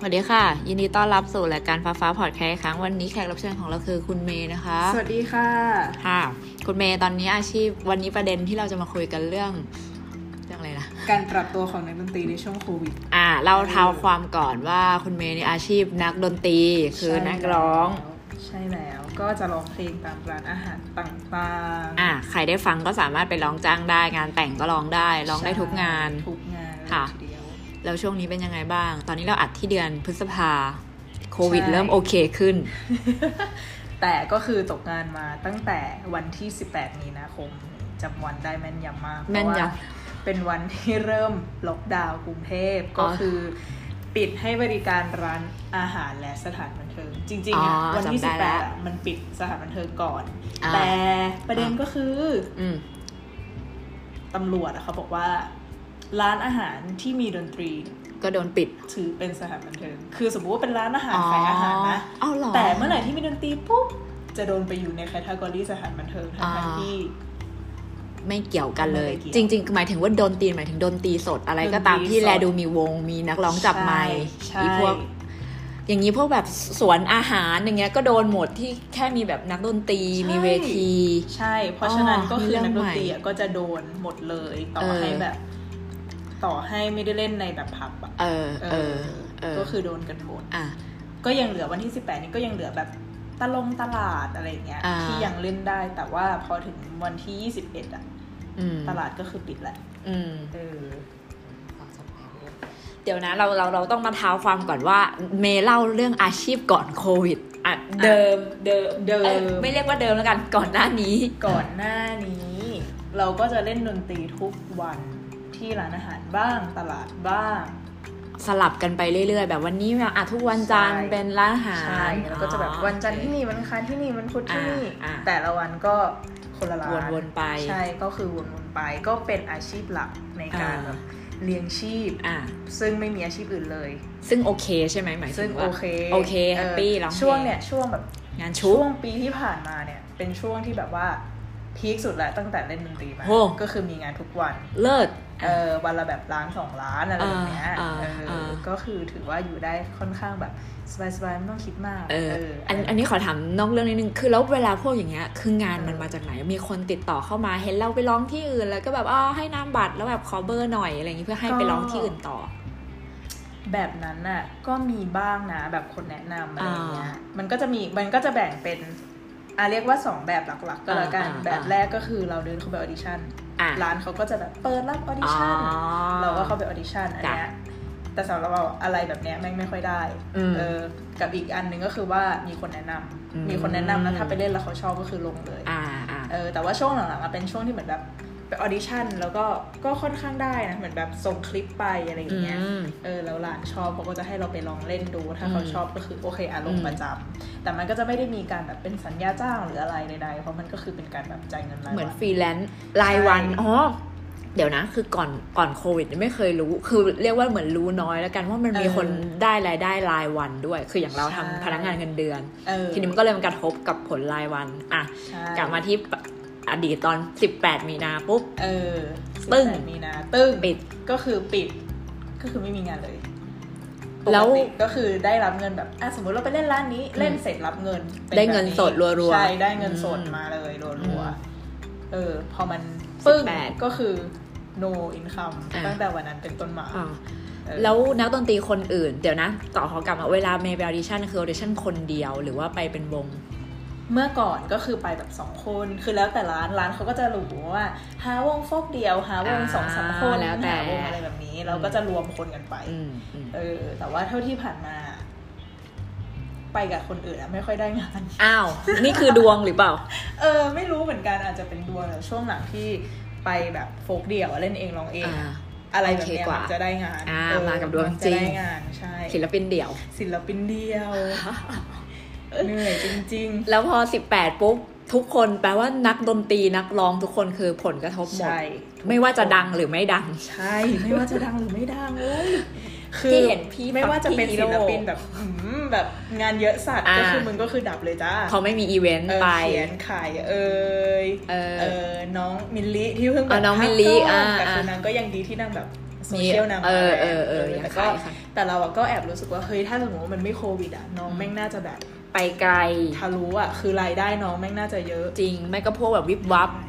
วัสดีค่ะยินดีต้อนรับสู่รายการฟ้าฟ้าพอดแคสต์ครั้งวันนี้แขกรับเชิญของเราคือคุณเมย์นะคะสวัสดีค่ะค่ะคุณเมย์ตอนนี้อาชีพวันนี้ประเด็นที่เราจะมาคุยกันเรื่องอะไรนะการปรับตัวของนักดนตรีในช่วงโควิดเราเท้าความก่อนว่าคุณเมย์ในอาชีพนักดนตรีคือนักร้องใช่แล้วก็จะร้องเพลงตามร้านอาหารต่างๆใครได้ฟังก็สามารถไปร้องจ้างได้งานแต่งก็ร้องได้ร้องได้ทุกงานค่ะแล้วช่วงนี้เป็นยังไงบ้างตอนนี้เราอัดที่เดือนพฤษภาโควิดเริ่มโอเคขึ้นแต่ก็คือตกงานมาตั้งแต่วันที่18มีนาคมจำวันได้แม่นยำมากเพราะว่าเป็นวันที่เริ่มล็อกดาวน์กรุงเทพก็คือปิดให้บริการร้านอาหารและสถานบันเทิงจริงๆวันที่18มันปิดสถานบันเทิงก่อนแต่ประเด็นก็คือตำรวจเขาบอกว่าร้านอาหารที่มีดนตรีก็โดนปิดถือเป็นสถานบันเทิงคือสมมติว่าเป็นร้านอาหารขายอาหารนะแต่เมื่อไหร่ที่มีดนตรีปุ๊บจะโดนไปอยู่ในแคตตากรีสถานบันเทิงทั้งที่ไม่เกี่ยวกันเลยจริงๆหมายถึงว่าดนตรีหมายถึงดนตรีสดอะไรก็ตามที่แลดูมีวงมีนักร้องจับไมค์พวกอย่างนี้พวกแบบสวนอาหารอย่างเงี้ยก็โดนหมดที่แค่มีแบบนักดนตรีมีเวทีใช่เพราะฉะนั้นก็คือนักดนตรีก็จะโดนหมดเลยต่อให้ไม่ได้เล่นในแบบผับก็คือโดนกันหมดก็ยังเหลือวันที่18นี้ก็ยังเหลือแบบตลาดอะไรเงี้ยที่ยังเล่นได้แต่ว่าพอถึงวันที่21ตลาดก็คือปิดแหละเดี๋ยวนะเราต้องมาเท้าความก่อนว่าเมย์เล่าเรื่องอาชีพก่อนโควิดเดิมไม่เรียกว่าเดิมแล้วกันก่อนหน้านี้เราก็จะเล่นดนตรีทุกวันที่ร้านอาหารบ้างตลาดบ้างสลับกันไปเรื่อยๆแบบวันนี้แบบทุกวันจันทร์เป็นร้านอาหารใช่แล้วก็จะแบบวันจันทร์ที่นี่วันอังคารที่นี่วันพุธที่นี่แต่ละวันก็คนละร้านวนๆไปใช่ก็คือวนๆไปก็เป็นอาชีพหลักในการแบบเลี้ยงชีพซึ่งไม่มีอาชีพอื่นเลยซึ่งโอเคใช่ไหมหมายถึงว่าโอเคแฮปปี้แล้วช่วงแบบงานช่วงปีที่ผ่านมาเนี่ยเป็นช่วงที่แบบว่าพีคสุดแล้วตั้งแต่เล่นดนตรีมาก็คือมีงานทุกวันเลิศวันละแบบล้าน2ล้านอะไรแบบเนี้ยก็คือถือว่าอยู่ได้ค่อนข้างแบบสบายๆไม่ต้องคิดมากอันนี้ขอถามนอกเรื่องนิดนึงคือแล้วเวลาพวกอย่างเงี้ยคืองานมันมาจากไหนมีคนติดต่อเข้ามาเห็นเราไปร้องที่อื่นแล้วก็แบบให้นามบัตรแล้วแบบขอเบอร์หน่อยอะไรอย่างงี้เพื่อให้ไปร้องที่อื่นต่อแบบนั้นน่ะก็มีบ้างนะแบบคนแนะนำอะไรเงี้ยมันก็จะแบ่งเป็นเรียกว่า2แบบหลักๆก็แล้วกันแบบแรกก็คือเราเดินเข้าไปออดิชั่นร้านเขาก็จะแบบเปิดรับออดิชั่นเราก็เข้าไปออดิชั่นอันเนี้ยแต่สำหรับเราอะไรแบบเนี้ยไม่ค่อยได้กับอีกอันนึงก็คือว่ามีคนแนะนำแล้วถ้าไปเล่นแล้วเขาชอบก็คือลงเลยแต่ว่าช่วงหลังๆเป็นช่วงที่เหมือนแบบไปออดิชั่นแล้วก็ค่อนข้างได้นะเหมือนแบบส่งคลิปไปอะไรอย่างเงี้ยแล้วร้านชอบเขาก็จะให้เราไปลองเล่นดูถ้าเขาชอบก็คือโอเคลงประจำแต่มันก็จะไม่ได้มีการแบบเป็นสัญญาจ้างหรืออะไรใดๆเพราะมันก็คือเป็นการแบบจ่ายเงินรายวันเหมือนฟรีแลนซ์รายวันเดี๋ยวนะคือก่อนโควิดไม่เคยรู้คือเรียกว่าเหมือนรู้น้อยแล้วกันว่ามันมีคนได้รายได้รายวันด้วยคืออย่างเราทำพนักงานเงินเดือนทีนี้มันก็เลยมันกระทบกับผลรายวันกลับมาที่อดีตตอน18มีนาปุ๊บตึ้งมีนาตึ้งปิดก็คือไม่มีงานเลยแล้วก็คือได้รับเงินแบบสมมติเราไปเล่นร้านนี้เล่นเสร็จรับเงินได้เงินสดรัวๆใช่ได้เงินสดมาเลยรัวๆพอมันปึ้งก็คือ no income ตั้งแต่วันนั้นเป็นต้นมาแล้วนักดนตรีคนอื่นเดี๋ยวนะต่อขอกลับมาเวลาเมย์ไปออดิชั่นคือออดิชั่นคนเดียวหรือว่าไปเป็นวงเมื่อก่อนก็คือไปแบบ2คนคือแล้วแต่ร้านเขาก็จะรู้ว่าหาวงโฟกเดียวหาวง 2-3 คนแล้วแต่วงอะไรแบบนี้เราก็จะรวมคนกันไปแต่ว่าเท่าที่ผ่านมาไปกับคนอื่นไม่ค่อยได้งานนี่คือดวงหรือเปล่าไม่รู้เหมือนกันอาจจะเป็นดวงแต่ช่วงหลังที่ไปแบบโฟกเดี่ยวเล่นเองร้องเองอะไรแบบนี้มันจะได้งานมากับดวงจริงได้งานใช่ศิลปินเดี่ยวเหนื่อยจริงๆแล้วพอ18ปุ๊บทุกคนแปลว่านักดนตรีนักร้องทุกคนคือผลกระทบหมดไม่ว่าจะดังหรือไม่ดังใช่ไม่ว่าจะดังหรือไม่ดังเลยที่เห็นพี่ไม่ว่าจะเป็นศิลปินแบบงานเยอะสัตว์ก็คือมึงก็คือดับเลยจ้าเขาไม่มีอีเวนต์ไปเขียนขายน้องมิลลิที่เพิ่งแบบน้องมิลลิแต่คือนางก็ยังดีที่นางแบบโซเชียลนางมาแต่เราก็แอบรู้สึกว่าเฮ้ยถ้าสมมติว่ามันไม่โควิดอ่ะน้องแม่งน่าจะแบบไปไกลทะลุอ่ะคือรายได้น้องแม่งน่าจะเยอะจริงไม่ก็พวกแบบวิบวับ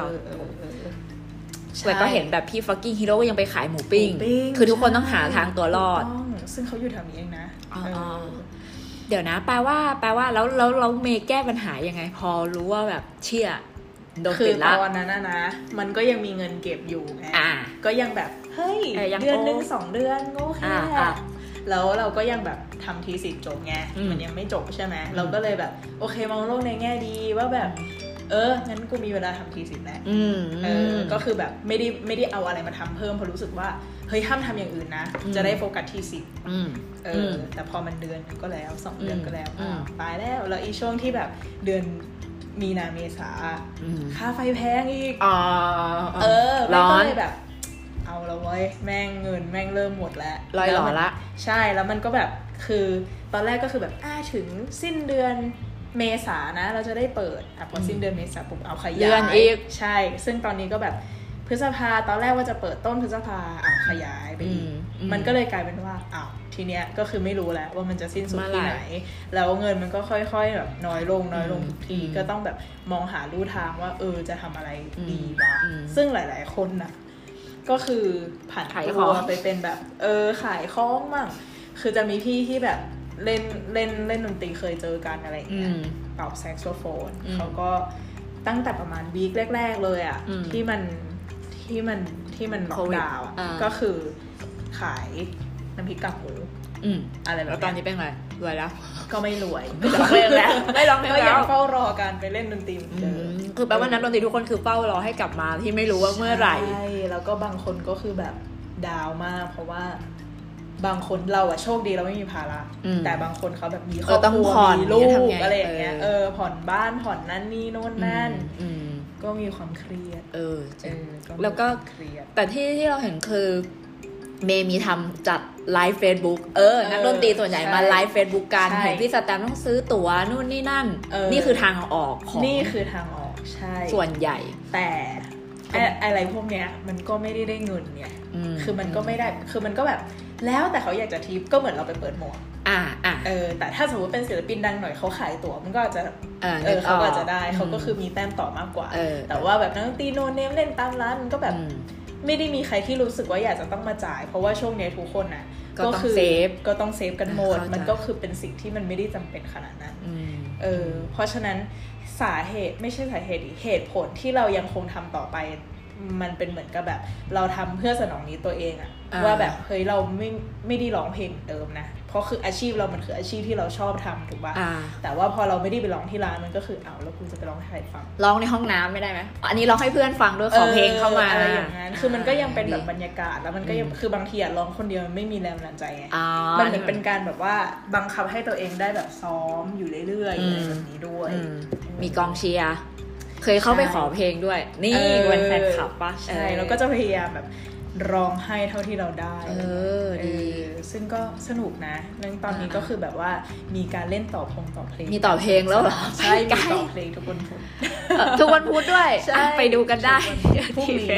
แต่ก็เห็นแบบพี่ฟักกิ้งฮีโร่ก็ยังไปขายหมูปิ้งคือทุกคนต้องหาทางตัวรอดซึ่งเขาอยู่แถวนี้เองนะเดี๋ยวนะแปลว่าแล้วเมย์แก้ปัญหายังไงพอรู้ว่าแบบเชี่ยโดนปิดละคือตอนนั้นนะมันก็ยังมีเงินเก็บอยู่ไงก็ยังแบบเฮ้ยเดือนนึง2 เดือนโอเคแล้วเราก็ยังแบบทำทีสิทธิ์จบไงมันยังไม่จบใช่ไหมเราก็เลยแบบโอเคมองโลกในแง่ดีว่าแบบงั้นกูมีเวลาทำทีสิทธิ์แล้วก็คือแบบไม่ได้เอาอะไรมาทำเพิ่มเพราะรู้สึกว่าเฮ้ยห้ามทำอย่างอื่นนะจะได้โฟกัสทีสิทธิ์แต่พอมันเดือนก็แล้ว2 เดือนก็แล้วตายแล้วอีช่วงที่แบบเดือนมีนาเมษาค่าไฟแพงอีกร้อนก็เลยแบบเอาแล้วเว้ยแม่งเงินแม่งเริ่มหมดแล้วลอยหล่อละใช่แล้วมันก็แบบคือตอนแรกก็คือแบบถึงสิ้นเดือนเมษานะเราจะได้เปิดพอสิ้นเดือนเมษาปุ๊บเอาขยายใช่ซึ่งตอนนี้ก็แบบพฤษภาตอนแรกว่าจะเปิดต้นพฤษภาเอาขยายไปอีกมันก็เลยกลายเป็นว่าทีเนี้ยก็คือไม่รู้แล้วว่ามันจะสิ้นสุดที่ไหนแล้วเงินมันก็ค่อยๆแบบน้อยลงทุกทีก็ต้องแบบมองหาลู่ทางว่าจะทำอะไรดีวะซึ่งหลายๆคนนะก็คือผ่านตัวไปเป็นแบบขายของมั่งคือจะมีพี่ที่แบบเล่นดนตรีเคยเจอกันอะไรอย่างเงี้ยเป่าแซกโซโฟนเขาก็ตั้งแต่ประมาณวีคแรกๆเลยอ่ะที่มันล็อกดาวน์ก็คือขายน้ำพริกกากหมูอะไรแบบแล้วตอนนี้เป็นไงรวยแล้วก็ไม่รวยไม่ร้องเพลงแล้วก็ยังเฝ้ารอการไปเล่นดนตรีคือแปลว่านักดนตรีทุกคนคือเฝ้ารอให้กลับมาที่ไม่รู้ว่าเมื่อไหร่ใช่แล้วก็บางคนก็คือแบบดาวมากเพราะว่าบางคนเราอะโชคดีเราไม่มีภาระแต่บางคนเขาแบบมีครอบครัวมีลูกอะไรอย่างเงี้ยผ่อนบ้านผ่อนนั่นนี่โน่นนั่นก็มีความเครียดแล้วก็แต่ที่เราเห็นคือเมย์มีทำจัดไลฟ์เฟซบุ๊กนักดนตรีส่วนใหญ่มาไลฟ์เฟซบุ๊กกันเห็นพี่สแตมป์ต้องซื้อตั๋วนู่นนี่นั่นนี่คือทางออกของนี่คือทางออกใช่ส่วนใหญ่แต่อะไรพวกเนี้ยมันก็ไม่ได้เงินเนี่ยคือมันก็ไม่ได้คือมันก็แบบแล้วแต่เขาอยากจะทิปก็เหมือนเราไปเปิดหมวกแต่ถ้าสมมติเป็นศิลปินดังหน่อยเขาขายตั๋วมันก็อาจจะเขาอาจจะได้เขาก็คือมีแต้มต่อมากกว่าแต่ว่าแบบนักดนตรีโนเนมเล่นตามร้านมันก็แบบไม่ได้มีใครที่รู้สึกว่าอยากจะต้องมาจ่ายเพราะว่าช่วงนี้ทุกคนน่ะก็คือก็ต้องเซฟกันหมดมันก็คือเป็นสิ่งที่มันไม่ได้จำเป็นขนาดนั้นเพราะฉะนั้นสาเหตุไม่ใช่สาเหตุเหตุผลที่เรายังคงทำต่อไปมันเป็นเหมือนกับแบบเราทำเพื่อสนองนี้ตัวเองอะว่าแบบเฮ้ยเราไม่ได้ร้องเพลงเดิมนะเพราะคืออาชีพเรามันคืออาชีพที่เราชอบทำถูกป่ะแต่ว่าพอเราไม่ได้ไปร้องที่ร้านมันก็คือแล้วคุณจะไปร้องให้ใครฟังร้องในห้องน้ำไม่ได้ไหมอันนี้ร้องให้เพื่อนฟังด้วยขอเพลงเข้ามาอะไรอย่างนั้นคือมันก็ยังเป็นแบบบรรยากาศแล้วมันก็ยังคือบางทีอะร้องคนเดียวมันไม่มีแรงบันดาลใจไงมันเหมือนเป็นการแบบว่าบังคับให้ตัวเองได้แบบซ้อมอยู่เรื่อยๆอะไรแบบนี้ด้วยมีกองเชียร์เคยเข้าไปขอเพลงด้วยนี่เป็นแฟนคลับป่ะใช่แล้วก็จะพยายามแบบร้องให้เท่าที่เราได้ดีซึ่งก็สนุกนะเรื่องตอนนี้ก็คือแบบว่ามีการเล่นต่อเพลงมีต่อเพลงแล้วเหรอใช่มีต่อเพลงทุกวันพุธด้วยไปดูกันได้พรุ่งนี้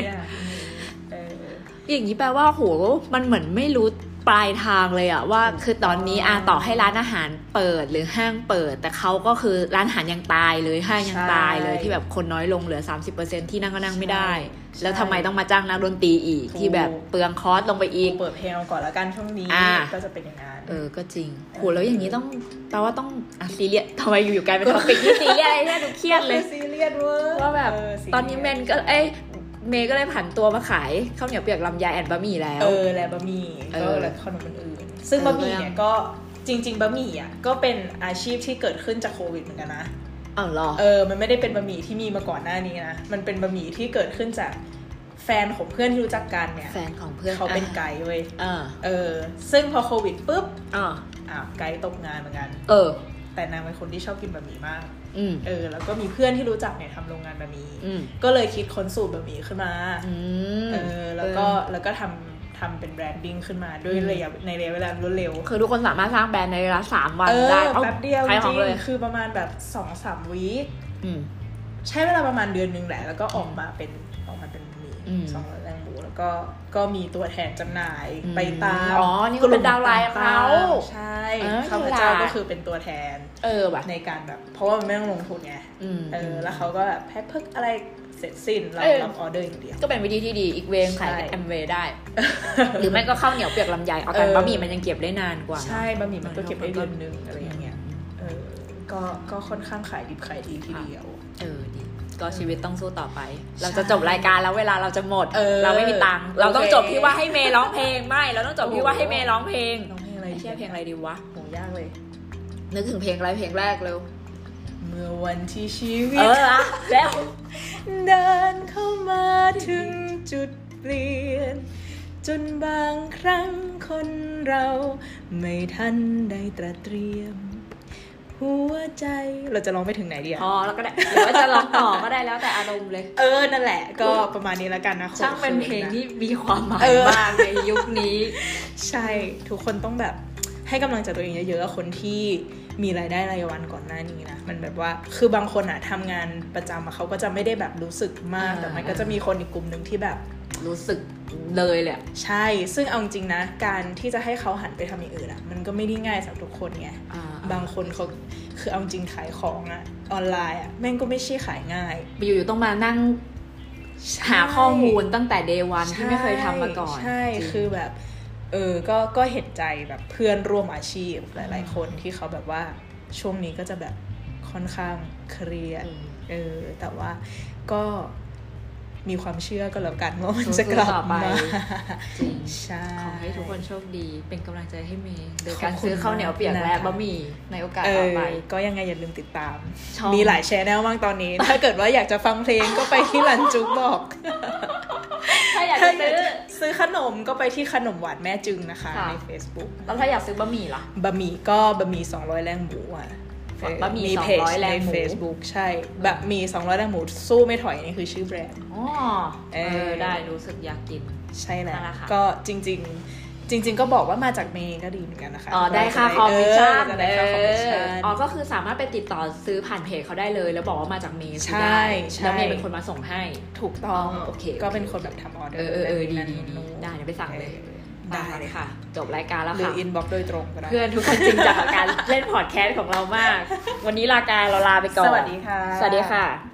อย่างนี้แปลว่าโหมันเหมือนไม่รู้ปลายทางเลยอะว่าคือตอนนี้ต่อให้ร้านอาหารเปิดหรือห้างเปิดแต่เขาก็คือร้านอาหารยังตายเลยห้างยังตายเลยที่แบบคนน้อยลงเหลือ 30% ที่นั่งก็นั่งไม่ได้แล้วทำไมต้องมาจ้างนักดนตรีอีกที่แบบเปลืองคอสลงไปอีกเปิดเพลงก่อนแล้วกันช่วงนี้ก็จะเป็นอย่างนั้นก็จริงโหแล้วอย่างนี้ต้องแปลว่าต้องซีเรียสทำไมอยู่ๆกลายเป็นท็อปิกที่ซีเรียสอะไรเนี่ยดูเครียดเลยซีเรียสเว้ยว่าแบบตอนนี้เมย์ก็เลยผันตัวมาขายข้าวเหนียวเปียกลำไยแอนบะหมี่แล้วและบะหมี่ก็แล้วขนมอื่นๆซึ่งบะหมี่เนี่ยก็จริงๆบะหมี่อ่ะก็เป็นอาชีพที่เกิดขึ้นจากโควิดเหมือนกันนะเหรอมันไม่ได้เป็นบะหมี่ที่มีมาก่อนหน้านี้นะมันเป็นบะหมี่ที่เกิดขึ้นจากแฟนของเพื่อนที่รู้จักกันเนี่ยแฟนของเพื่อนเขาเป็นไกด์เว้ยซึ่งพอโควิดปุ๊บไกด์ตกงานเหมือนกันแต่นางเป็นคนที่ชอบกินบะหมี่มากแล้วก็มีเพื่อนที่รู้จักเนี่ยทำโรงงานบะหมี่ก็เลยคิดค้นสูตรบะหมี่ขึ้นมาแล้วก็ทำเป็นแบรนดิ้งขึ้นมาด้วยในระยะเวลารวดเร็วคือทุกคนสามารถสร้างแบรนด์ในเวลา3 วันได้แป๊บเดียวจริงคือประมาณแบบ 2-3 วีคใช้เวลาประมาณเดือนนึงแหละแล้วก็ออกมาเป็นบะหมี่200แรงหมูแล้วก็มีตัวแทนจำหน่ายไปตามนี่ก็เป็นดาวไลน์เขาใช่ข้าพเจ้าก็คือเป็นตัวแทนแบบในการแบบเพราะว่ามันไม่ต้องลงทุนไงแล้วเขาก็แบบแพ็คเพิกอะไรเสร็จสิ้นเรารับออเดอร์อย่างเดียวก็เป็นวิธีที่ดีอีกเวงขายแอมเวย์ได้ หรือไม่ก็ข้าวเหนียวเปียกลำไยเอากันบะหมี่มันยังเก็บได้นานกว่าใช่บะหมี่มันก็เก็บได้เดือนนึงอะไรอย่างเงี้ยก็ค่อนข้างขายดิบขายดีทีเดียวดีก็ชีวิตต้องสู้ต่อไปเราจะจบรายการแล้วเวลาเราจะหมดเราไม่มีตังค์เราต้องจบที่ว่าให้เมย์ร้องเพลงไม่เราต้องจบที่ว่าให้เมย์ร้องเพลงอะไรเชื่อเพลงอะไรดีวะโหยากเลยนึกถึงเพลงอะไรเพลงแรกเร็วเมื่อวันที่ชีวิตแล้วเดินเข้ามาถึงจุดเปลี่ยนจนบางครั้งคนเราไม่ทันได้ตระเตรียมหัวใจเราจะร้องไปถึงไหนดีพอแล้วก็ได้หรือว่าจะร้องต่อก็ได้แล้วแต่อารมณ์เลยนั่นแหละก็ประมาณนี้แล้วกันนะช่างเป็นเพลงที่มีความหมายมากในยุคนี้ใช่ทุกคนต้องแบบให้กำลังใจตัวเองเยอะๆคนที่มีรายได้รายวันก่อนหน้านี้นะมันแบบว่าคือบางคนอะทำงานประจำเขาก็จะไม่ได้แบบรู้สึกมากแต่มันก็จะมีคนอีกกลุ่มนึงที่แบบรู้สึกเลยแหละใช่ซึ่งเอาจริงนะการที่จะให้เขาหันไปทำอย่างอื่นอะมันก็ไม่ได้ง่ายสำหรับทุกคนไงบางคนเขาคือเอาจริงขายของอะออนไลน์อะแม่งก็ไม่ใช่ขายง่ายอยู่ๆต้องมานั่งหาข้อมูลตั้งแต่ day 1ที่ไม่เคยทำมาก่อนใช่คือแบบก็เห็นใจแบบเพื่อนร่วมอาชีพหลายๆคนที่เขาแบบว่าช่วงนี้ก็จะแบบค่อนข้างเครียดแต่ว่าก็มีความเชื่อก็แล้วกันว่ามันจะกลับมาจริงใช่ขอให้ทุกคนโชคดีเป็นกำลังใจให้เมย์โดยการซื้อข้าวเหนียวเปียกและบะหมี่ในโอกาสต่อไปก็ยังไงอย่าลืมติดตามมีหลายแชนแนลมากตอนนี้ถ้าเกิดว่าอยากจะฟังเพลงก็ไปที่รันจุกบอกถ้าอยากซื้อขนมก็ไปที่ขนมหวานแม่จึงนะคะใน Facebook แล้วถ้าอยากซื้อบะหมี่ล่ะบะหมี่ก็บะหมี่200แรงหมูบะหมี่200แรงหมู Facebook ใช่แบบมี200แรงหมูสู้ไม่ถอยนี่คือชื่อแบรนด์ได้รู้สึกอยากกินใช่แล้วก็จริงก็บอกว่ามาจากเมย์ก็ดีเหมือนกันนะคะได้ค่าคอมมิชชั่นก็คือสามารถไปติดต่อซื้อผ่านเพจเขาได้เลยแล้วบอกว่ามาจากเมย์ใช่แล้วเมย์เป็นคนมาส่งให้ถูกต้องก็เป็นคนแบบทำออเดอร์ดีได้เดี๋ยวไปสั่งเลยได้เลยค่ะจบรายการแล้วค่ะหรืออินบ็อกซ์โดยตรงก็ได้เพื่อนทุกคนจริงจังกับการเล่นพอดแคสต์ของเรามากวันนี้รายการเราลาไปก่อนสวัสดีค่ะสวัสดีค่ะ